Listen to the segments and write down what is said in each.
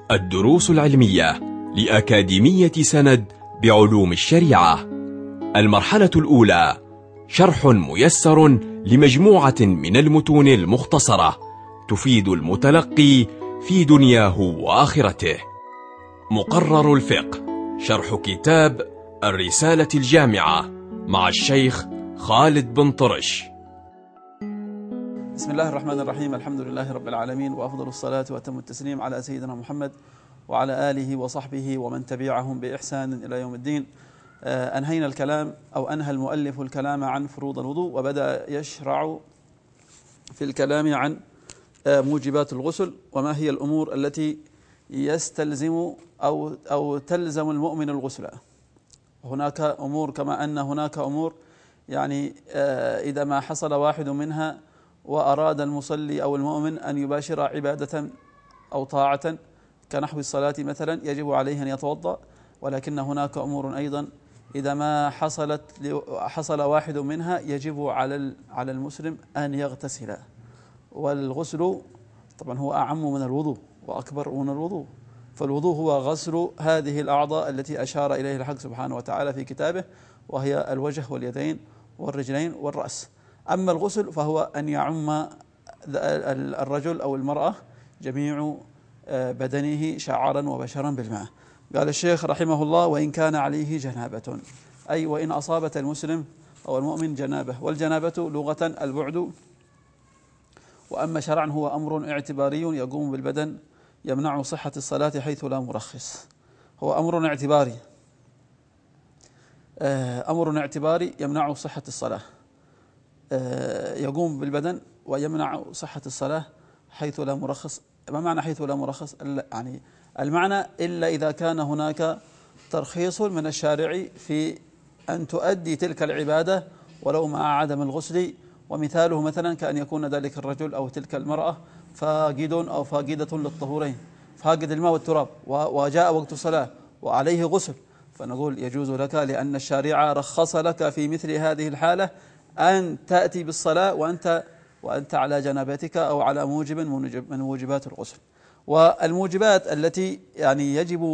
الدروس العلمية لأكاديمية سند بعلوم الشريعة. المرحلة الأولى: شرح ميسر لمجموعة من المتون المختصرة تفيد المتلقي في دنياه وآخرته. مقرر الفقه، شرح كتاب الرسالة الجامعة مع الشيخ خالد بن طرش. بسم الله الرحمن الرحيم. الحمد لله رب العالمين، وأفضل الصلاة وأتم التسليم على سيدنا محمد وعلى آله وصحبه ومن تبعهم بإحسان إلى يوم الدين. أنهينا الكلام أو أنهى المؤلف الكلام عن فروض الوضوء، وبدأ يشرع في الكلام عن موجبات الغسل، وما هي الأمور التي يستلزم أو تلزم المؤمن الغسل. هناك أمور، كما أن هناك أمور يعني إذا ما حصل واحد منها وأراد المصلي أو المؤمن أن يباشر عبادة أو طاعة كنحو الصلاة مثلا يجب عليه أن يتوضأ، ولكن هناك أمور أيضا إذا ما حصل واحد منها يجب على المسلم أن يغتسل. والغسل طبعا هو أعم من الوضوء وأكبر من الوضوء، فالوضوء هو غسل هذه الأعضاء التي أشار إليه الحق سبحانه وتعالى في كتابه، وهي الوجه واليدين والرجلين والرأس. أما الغسل فهو أن يعم الرجل أو المرأة جميع بدنه شعرا وبشرا بالماء. قال الشيخ رحمه الله: وإن كان عليه جنابة، أي وإن أصابت المسلم أو المؤمن جنابة. والجنابة لغة البعد، وأما شرعا هو أمر اعتباري يقوم بالبدن يمنع صحة الصلاة حيث لا مرخص. هو أمر اعتباري يمنع صحة الصلاة، يقوم بالبدن ويمنع صحة الصلاة حيث لا مرخص. ما معنى حيث لا مرخص؟ يعني المعنى إلا إذا كان هناك ترخيص من الشارع في أن تؤدي تلك العبادة ولو مع عدم الغسل. ومثاله مثلا كأن يكون ذلك الرجل أو تلك المرأة فاقد أو فاقدة للطهورين، فاقد الماء والتراب، وجاء وقت الصلاة وعليه غسل، فنقول يجوز لك لأن الشارع رخص لك في مثل هذه الحالة أن تأتي بالصلاة وأنت على جنابتك أو على موجب من موجبات الغسل. والموجبات التي يعني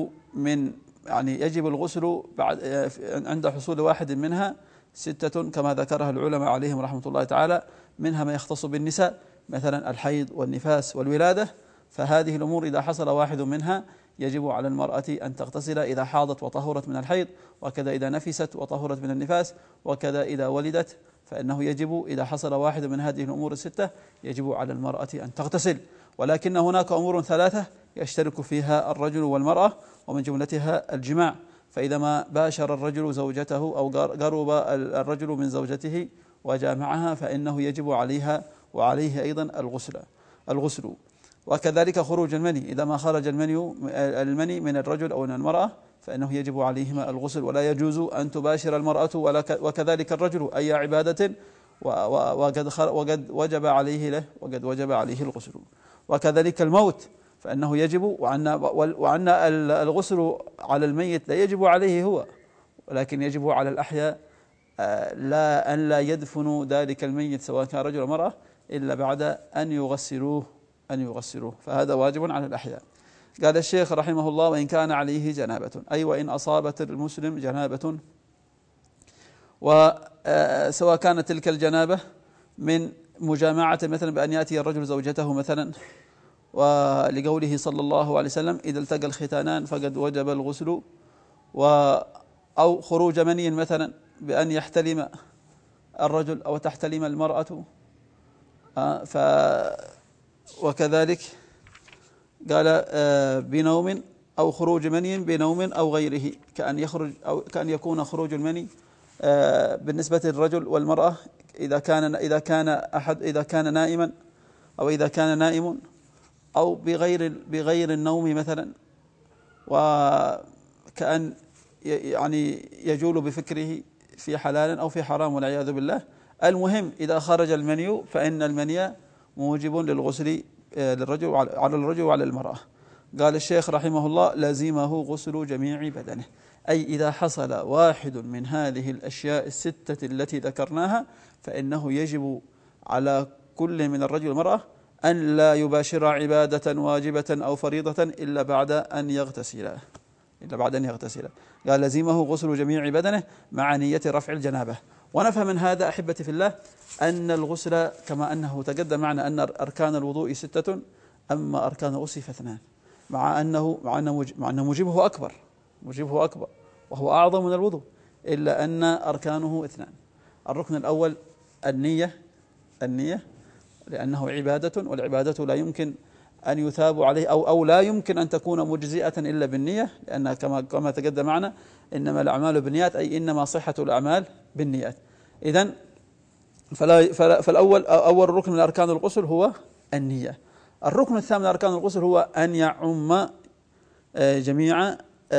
يجب الغسل بعد عند حصول واحد منها 6 كما ذكرها العلماء عليهم رحمة الله تعالى، منها ما يختص بالنساء مثلا الحيض والنفاس والولادة. فهذه الأمور إذا حصل واحد منها يجب على المرأة أن تغتسل إذا حاضت وطهرت من الحيض، وكذا إذا نفست وطهرت من النفاس، وكذا إذا ولدت، فإنه يجب إذا حصل واحد من هذه الأمور ال6 يجب على المرأة أن تغتسل. ولكن هناك أمور 3 يشترك فيها الرجل والمرأة، ومن جملتها الجماع. فإذا ما باشر الرجل زوجته أو قرب الرجل من زوجته وجامعها فإنه يجب عليها وعليه أيضا الغسل. وكذلك خروج المني، إذا ما خرج المني من الرجل أو من المرأة فإنه يجب عليهما الغسل، ولا يجوز أن تباشر المرأة وكذلك الرجل أي عبادة وقد وجب عليه الغسل. وكذلك الموت فإنه يجب، وأن الغسل على الميت لا يجب عليه هو، ولكن يجب على الأحياء لا يدفنوا ذلك الميت سواء كان رجل أو امرأة إلا بعد أن يغسلوه، فهذا واجب على الأحياء. قال الشيخ رحمه الله: وإن كان عليه جنابة، أي وإن أصابت المسلم جنابة، وسواء كانت تلك الجنابة من مجامعة مثلا بأن يأتي الرجل زوجته مثلا، ولقوله صلى الله عليه وسلم: إذا التقى الختانان فقد وجب الغسل، أو خروج مني مثلا بأن يحتلم الرجل أو تحتلم المرأة، وكذلك قال بنوم أو خروج مني بنوم أو غيره، كأن يكون خروج المني بالنسبة للرجل والمرأة إذا كان نائما أو إذا كان نائم، أو بغير النوم مثلا، وكأن يعني يجول بفكره في حلال أو في حرام والعياذ بالله. المهم إذا خرج المني فإن المني موجب للغسل للرجل على الرجل وعلى المرأة. قال الشيخ رحمه الله: لازمه غسل جميع بدنه، أي إذا حصل واحد من هذه الأشياء ال6 التي ذكرناها فإنه يجب على كل من الرجل والمرأة أن لا يباشر عبادة واجبة أو فريضة إلا بعد أن يغتسل. قال لزمه غسل جميع بدنه مع نية رفع الجنابة. ونفهم من هذا أحبتي في الله أن الغسل كما أنه تقدم معنا أن أركان الوضوء 6، أما أركان الغسل ف2، مع أنه موجبه أكبر وهو أعظم من الوضوء، إلا أن أركانه 2. الركن الأول النية لأنه عبادة، والعبادة لا يمكن أن يثاب عليه أو لا يمكن أن تكون مجزئة إلا بالنية، لأن كما تقدم معنا إنما الأعمال بالنيات، أي إنما صحة الأعمال بالنيات. إذن أول ركن من أركان الغسل هو النية. الركن الثاني من أركان الغسل هو أن يعم جميع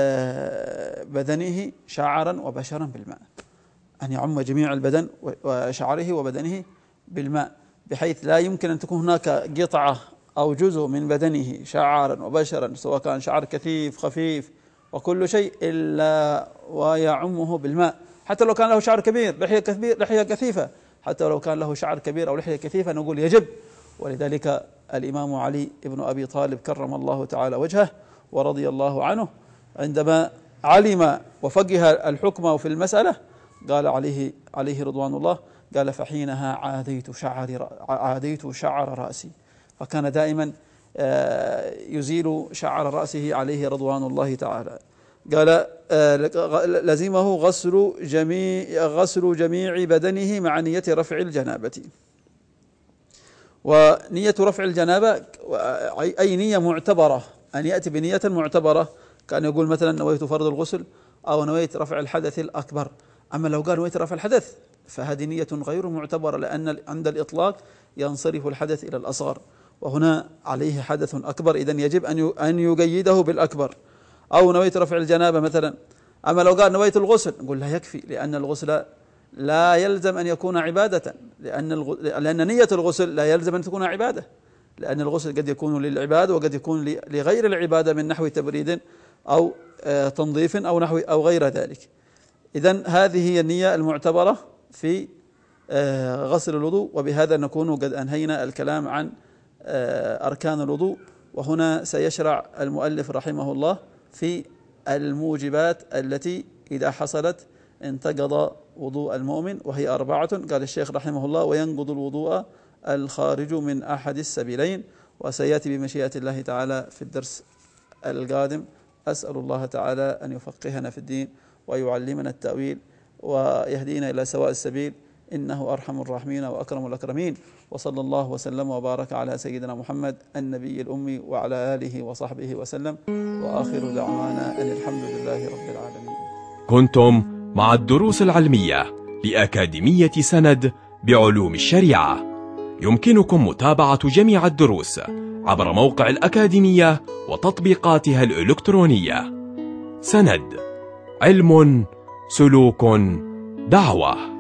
بدنه شعرا وبشرا بالماء، أن يعم جميع البدن وشعره وبدنه بالماء، بحيث لا يمكن أن تكون هناك قطعة أو جزء من بدنه شعرا وبشرا، سواء كان شعر كثيف خفيف وكل شيء، إلا ويعمه بالماء، حتى لو كان له شعر كبير، لحية كثيفة، حتى لو كان له شعر كبير أو لحية كثيفة نقول يجب. ولذلك الإمام علي بن أبي طالب كرم الله تعالى وجهه ورضي الله عنه عندما علم وفقه الحكم في المسألة قال عليه رضوان الله، قال فحينها عاديت شعر رأسي، فكان دائما يزيل شعر رأسه عليه رضوان الله تعالى. قال لزمه غسل جميع بدنه مع نية رفع الجنابة. ونية رفع الجنابة أي نية معتبرة، أن يأتي بنية معتبرة، كان يقول مثلا نويت فرض الغسل أو نويت رفع الحدث الأكبر. أما لو قال نويت رفع الحدث فهذه نية غير معتبرة، لأن عند الإطلاق ينصرف الحدث إلى الأصغر، وهنا عليه حدث أكبر، إذن يجب أن يقيده بالأكبر. أو نويت رفع الجنابة مثلا. أما لو قال نويت الغسل نقول لا يكفي، لأن الغسل لا يلزم أن يكون عبادة، لأن نية الغسل لا يلزم أن تكون عبادة، لأن الغسل قد يكون للعبادة وقد يكون لغير العبادة من نحو تبريد أو تنظيف أو غير ذلك. إذن هذه هي النية المعتبرة في غسل الوضوء. وبهذا نكون قد أنهينا الكلام عن أركان الوضوء. وهنا سيشرع المؤلف رحمه الله في الموجبات التي إذا حصلت انتقض وضوء المؤمن، وهي 4. قال الشيخ رحمه الله: وينقض الوضوء الخارج من أحد السبيلين. وسيأتي بمشيئة الله تعالى في الدرس القادم. أسأل الله تعالى أن يفقهنا في الدين ويعلمنا التأويل ويهدينا إلى سواء السبيل، إنه أرحم الراحمين وأكرم الأكرمين. وصلى الله وسلم وبارك على سيدنا محمد النبي الأمي وعلى آله وصحبه وسلم، وآخر دعوانا أن الحمد لله رب العالمين. كنتم مع الدروس العلمية لأكاديمية سند بعلوم الشريعة. يمكنكم متابعة جميع الدروس عبر موقع الأكاديمية وتطبيقاتها الإلكترونية. سند، علم، سلوك، دعوة.